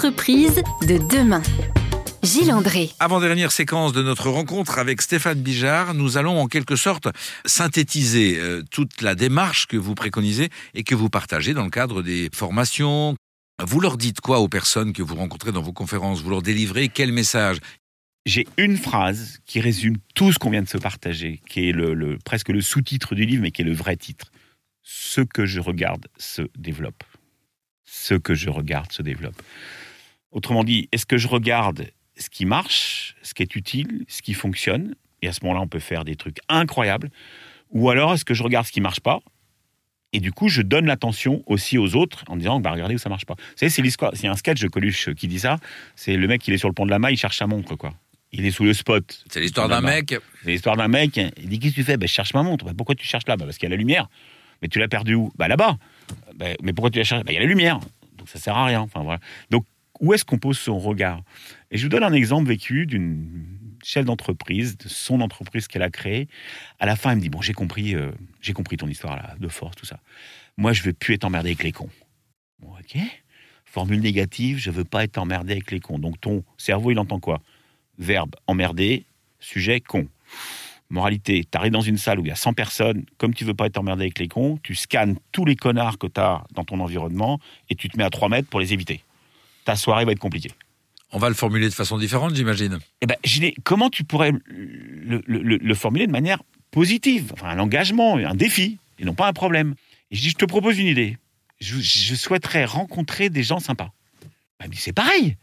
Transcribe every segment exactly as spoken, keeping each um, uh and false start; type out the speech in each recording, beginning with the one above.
Entreprise de demain. Gilles André. Avant-dernière séquence de notre rencontre avec Stéphane Bijard, nous allons en quelque sorte synthétiser euh, toute la démarche que vous préconisez et que vous partagez dans le cadre des formations. Vous leur dites quoi aux personnes que vous rencontrez dans vos conférences? Vous leur délivrez quel message? J'ai une phrase qui résume tout ce qu'on vient de se partager, qui est le, le, presque le sous-titre du livre, mais qui est le vrai titre. Ce que je regarde se développe. Ce que je regarde se développe. Autrement dit, est-ce que je regarde ce qui marche, ce qui est utile, ce qui fonctionne, et à ce moment-là, on peut faire des trucs incroyables, ou alors est-ce que je regarde ce qui ne marche pas, et du coup, je donne l'attention aussi aux autres en disant, bah, regardez où ça ne marche pas. Vous savez, c'est l'histoire, c'est un sketch de Coluche qui dit ça, c'est le mec qui est sur le pont de la Maille, il cherche sa montre, quoi. Il est sous le spot. C'est l'histoire d'un mec. C'est l'histoire d'un mec, il dit, qu'est-ce que tu fais? Bah, je cherche ma montre. Bah, pourquoi tu cherches là? Bah, parce qu'il y a la lumière. Mais tu l'as perdue où? Bah, là-bas. Bah, mais pourquoi tu la cherches? Bah, il y a la lumière. Donc ça sert à rien. Enfin, voilà. Donc, où est-ce qu'on pose son regard? Et je vous donne un exemple vécu d'une chef d'entreprise, de son entreprise qu'elle a créée. À la fin, elle me dit, bon, j'ai compris, euh, j'ai compris ton histoire là, de force, tout ça. Moi, je veux plus être emmerdé avec les cons. Bon, ok. Formule négative, je veux pas être emmerdé avec les cons. Donc ton cerveau, il entend quoi? Verbe, emmerder, sujet, con. Moralité, tu arrives dans une salle où il y a cent personnes, comme tu veux pas être emmerdé avec les cons, tu scannes tous les connards que tu as dans ton environnement et tu te mets à trois mètres pour les éviter. Ta soirée va être compliquée. On va le formuler de façon différente, j'imagine. Eh ben, Gilet, comment tu pourrais le, le, le, le formuler de manière positive? Enfin, un engagement, un défi, et non pas un problème. Et je dis, je te propose une idée. Je, je souhaiterais rencontrer des gens sympas. Ben, mais c'est pareil.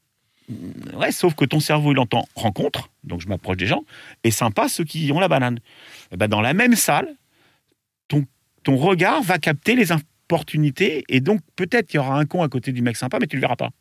Ouais, sauf que ton cerveau, il entend rencontre, donc je m'approche des gens, et sympa, ceux qui ont la banane. Et ben, dans la même salle, ton, ton regard va capter les opportunités, et donc peut-être qu'il y aura un con à côté du mec sympa, mais tu le verras pas.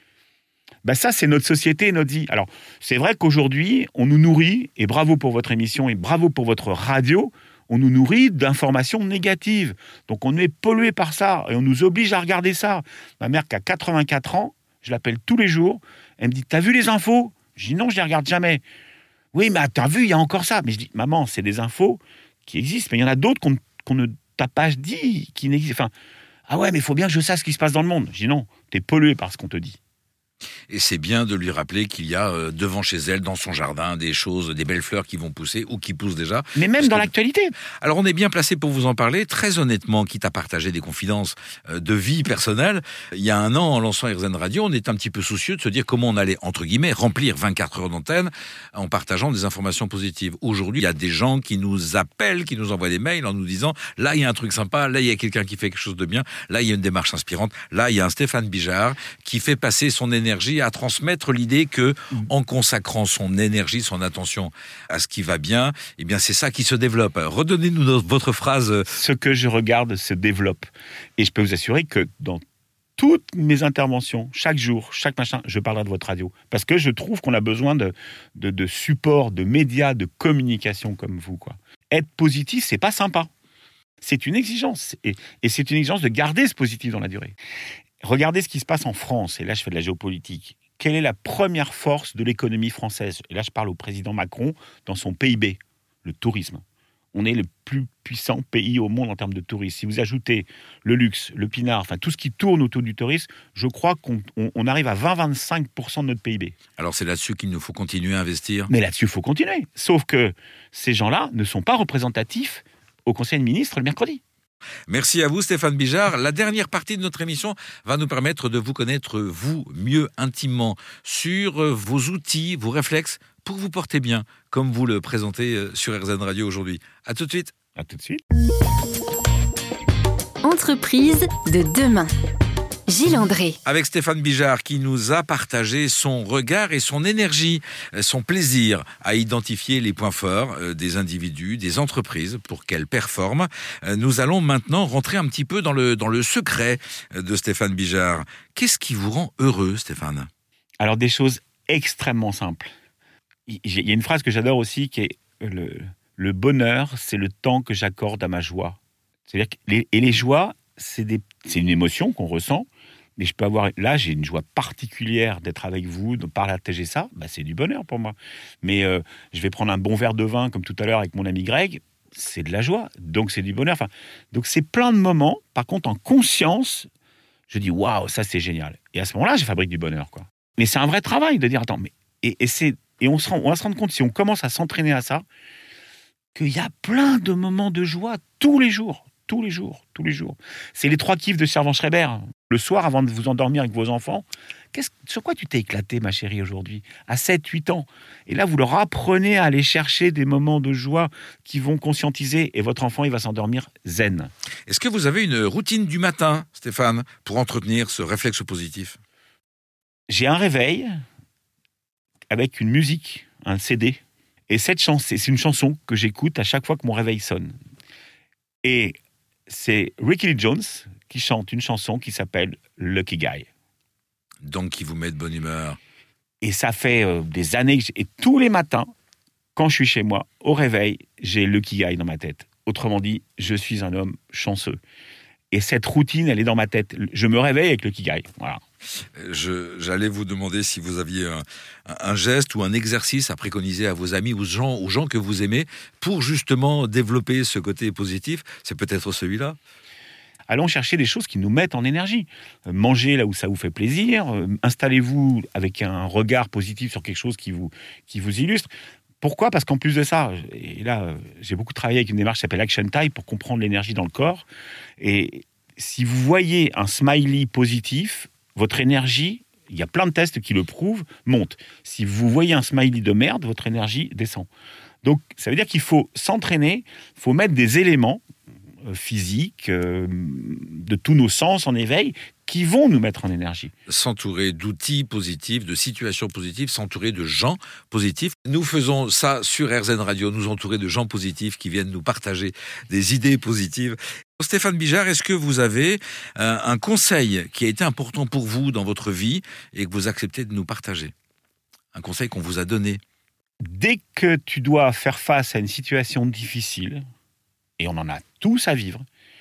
Ben ça, c'est notre société et notre vie. Alors, c'est vrai qu'aujourd'hui, on nous nourrit, et bravo pour votre émission, et bravo pour votre radio, on nous nourrit d'informations négatives. Donc, on est pollué par ça, et on nous oblige à regarder ça. Ma mère, qui a quatre-vingt-quatre ans, je l'appelle tous les jours, elle me dit, t'as vu les infos? Je dis, non, je les regarde jamais. Oui, mais t'as vu, il y a encore ça. Mais je dis, maman, c'est des infos qui existent, mais il y en a d'autres qu'on, qu'on ne t'a pas dit, qui n'existent. Enfin, ah ouais, mais il faut bien que je sache ce qui se passe dans le monde. Je dis, non, t'es pollué par ce qu'on te dit. Et c'est bien de lui rappeler qu'il y a euh, devant chez elle, dans son jardin, des choses, des belles fleurs qui vont pousser ou qui poussent déjà. Mais même Parce dans que... l'actualité. Alors on est bien placé pour vous en parler. Très honnêtement, quitte à partager des confidences euh, de vie personnelle, il y a un an, en lançant R Z N Radio, on était un petit peu soucieux de se dire comment on allait, entre guillemets, remplir vingt-quatre heures d'antenne en partageant des informations positives. Aujourd'hui, il y a des gens qui nous appellent, qui nous envoient des mails en nous disant « Là, il y a un truc sympa, là, il y a quelqu'un qui fait quelque chose de bien, là, il y a une démarche inspirante, là, il y a un Stéphane Bijard qui fait passer son énergie à transmettre l'idée que, en consacrant son énergie, son attention à ce qui va bien, eh bien, c'est ça qui se développe. Redonnez-nous notre, votre phrase. Ce que je regarde se développe. Et je peux vous assurer que dans toutes mes interventions, chaque jour, chaque machin, je parlerai de votre radio. Parce que je trouve qu'on a besoin de, de, de support, de médias, de communication comme vous, quoi. Être positif, c'est pas sympa. C'est une exigence. Et, et c'est une exigence de garder ce positif dans la durée. Regardez ce qui se passe en France. Et là, je fais de la géopolitique. Quelle est la première force de l'économie française? Et là, je parle au président Macron dans son P I B, le tourisme. On est le plus puissant pays au monde en termes de tourisme. Si vous ajoutez le luxe, le pinard, enfin tout ce qui tourne autour du tourisme, je crois qu'on on, on arrive à vingt à vingt-cinq pour cent de notre P I B. Alors c'est là-dessus qu'il nous faut continuer à investir. Mais là-dessus, il faut continuer. Sauf que ces gens-là ne sont pas représentatifs au Conseil des ministres le mercredi. Merci à vous Stéphane Bijard. La dernière partie de notre émission va nous permettre de vous connaître vous mieux intimement sur vos outils, vos réflexes pour vous porter bien, comme vous le présentez sur R Z N Radio aujourd'hui. À tout de suite. À tout de suite. Entreprise de demain. Gilles André. Avec Stéphane Bijard qui nous a partagé son regard et son énergie, son plaisir à identifier les points forts des individus, des entreprises pour qu'elles performent. Nous allons maintenant rentrer un petit peu dans le, dans le secret de Stéphane Bijard. Qu'est-ce qui vous rend heureux, Stéphane? Alors des choses extrêmement simples. Il y a une phrase que j'adore aussi qui est le, le bonheur, c'est le temps que j'accorde à ma joie. C'est-à-dire que les, et les joies, c'est, des, c'est une émotion qu'on ressent. Mais je peux avoir, là, j'ai une joie particulière d'être avec vous, de partager ça, bah, c'est du bonheur pour moi. Mais euh, je vais prendre un bon verre de vin, comme tout à l'heure avec mon ami Greg, c'est de la joie, donc c'est du bonheur. Enfin, donc c'est plein de moments, par contre, en conscience, Je dis, waouh, ça c'est génial. Et à ce moment-là, je fabrique du bonheur, quoi. Mais c'est un vrai travail de dire, attends, mais. Et, et, c'est, et on, se rend, on va se rendre compte, si on commence à s'entraîner à ça, qu'il y a plein de moments de joie tous les jours. Tous les jours, tous les jours. C'est les trois kiffs de Servan Schreiber. Le soir, avant de vous endormir avec vos enfants, qu'est-ce, sur quoi tu t'es éclaté, ma chérie, aujourd'hui, à sept huit ans? Et là, vous leur apprenez à aller chercher des moments de joie qui vont conscientiser, et votre enfant, il va s'endormir zen. Est-ce que vous avez une routine du matin, Stéphane, pour entretenir ce réflexe positif? J'ai un réveil avec une musique, un C D. Et cette chanson, c'est une chanson que j'écoute à chaque fois que mon réveil sonne. Et c'est Ricky Lee Jones qui chante une chanson qui s'appelle Lucky Guy. Donc qui vous met de bonne humeur. Et ça fait euh, des années que j'ai... Et tous les matins, quand je suis chez moi, au réveil, j'ai Lucky Guy dans ma tête. Autrement dit, je suis un homme chanceux. Et cette routine, elle est dans ma tête. Je me réveille avec Lucky Guy. Voilà. Je, j'allais vous demander si vous aviez un, un geste ou un exercice à préconiser à vos amis ou aux gens, aux gens que vous aimez pour justement développer ce côté positif. C'est peut-être celui-là. Allons chercher des choses qui nous mettent en énergie. Mangez là où ça vous fait plaisir. Installez-vous avec un regard positif sur quelque chose qui vous, qui vous illustre. Pourquoi ? Parce qu'en plus de ça, et là, j'ai beaucoup travaillé avec une démarche qui s'appelle Action Type pour comprendre l'énergie dans le corps. Et si vous voyez un smiley positif, votre énergie, il y a plein de tests qui le prouvent, monte. Si vous voyez un smiley de merde, votre énergie descend. Donc, ça veut dire qu'il faut s'entraîner, il faut mettre des éléments euh, physiques, euh, de tous nos sens en éveil, qui vont nous mettre en énergie. S'entourer d'outils positifs, de situations positives, s'entourer de gens positifs. Nous faisons ça sur R Z N Radio, nous entourer de gens positifs qui viennent nous partager des idées positives. Stéphane Bijard, est-ce que vous avez euh, un conseil qui a été important pour vous dans votre vie et que vous acceptez de nous partager? Un conseil qu'on vous a donné? Dès que tu dois faire face à une situation difficile, et on en a tous à vivre,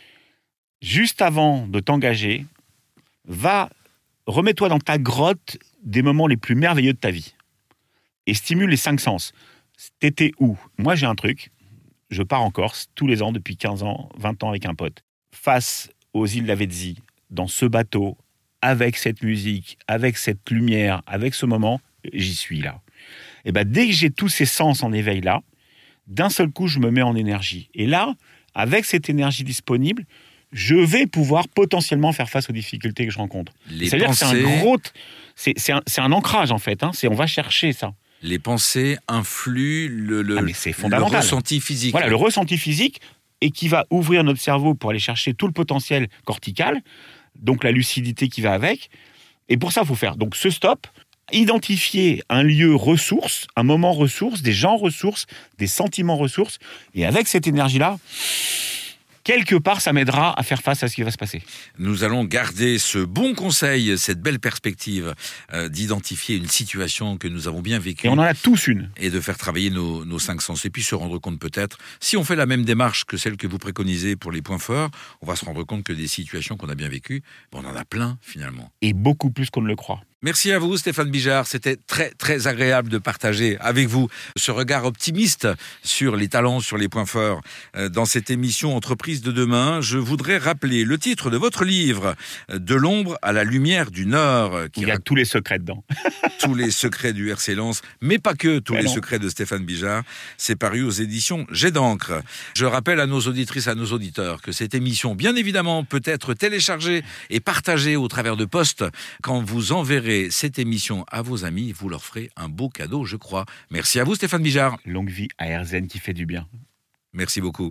juste avant de t'engager, va, remets-toi dans ta grotte des moments les plus merveilleux de ta vie et stimule les cinq sens. T'étais où? Moi, j'ai un truc. Je pars en Corse tous les ans depuis quinze ans, vingt ans avec un pote. Face aux îles Lavezzi, dans ce bateau, avec cette musique, avec cette lumière, avec ce moment, j'y suis là. Et ben, dès que j'ai tous ces sens en éveil là, d'un seul coup, je me mets en énergie. Et là, avec cette énergie disponible, je vais pouvoir potentiellement faire face aux difficultés que je rencontre. Les C'est-à-dire pensées... que c'est un gros... C'est, c'est, un, c'est un ancrage, en fait. Hein. C'est, on va chercher ça. Les pensées influent le, le, ah, mais c'est fondamental. le ressenti physique. Voilà, le ressenti physique, et qui va ouvrir notre cerveau pour aller chercher tout le potentiel cortical, donc la lucidité qui va avec. Et pour ça, il faut faire donc ce stop, identifier un lieu ressource, un moment ressource, des gens ressources, des sentiments ressources, et avec cette énergie-là, quelque part, ça m'aidera à faire face à ce qui va se passer. Nous allons garder ce bon conseil, cette belle perspective euh, d'identifier une situation que nous avons bien vécue. Et on en a tous une. Et de faire travailler nos, nos cinq sens. Et puis se rendre compte peut-être, si on fait la même démarche que celle que vous préconisez pour les points forts, on va se rendre compte que des situations qu'on a bien vécues, on en a plein finalement. Et beaucoup plus qu'on ne le croit. Merci à vous Stéphane Bijard, c'était très très agréable de partager avec vous ce regard optimiste sur les talents, sur les points forts dans cette émission Entreprise de demain. Je voudrais rappeler le titre de votre livre, De l'ombre à la lumière du Nord. Qui Il y a tous les secrets dedans. Tous les secrets du R C Lens, mais pas que tous mais les non. secrets de Stéphane Bijard. C'est paru aux éditions Jet d'encre. Je rappelle à nos auditrices, à nos auditeurs que cette émission, bien évidemment, peut être téléchargée et partagée au travers de posts. Quand vous enverrez cette émission à vos amis, vous leur ferez un beau cadeau, je crois. Merci à vous Stéphane Bijard. Longue vie à R Z N qui fait du bien. Merci beaucoup.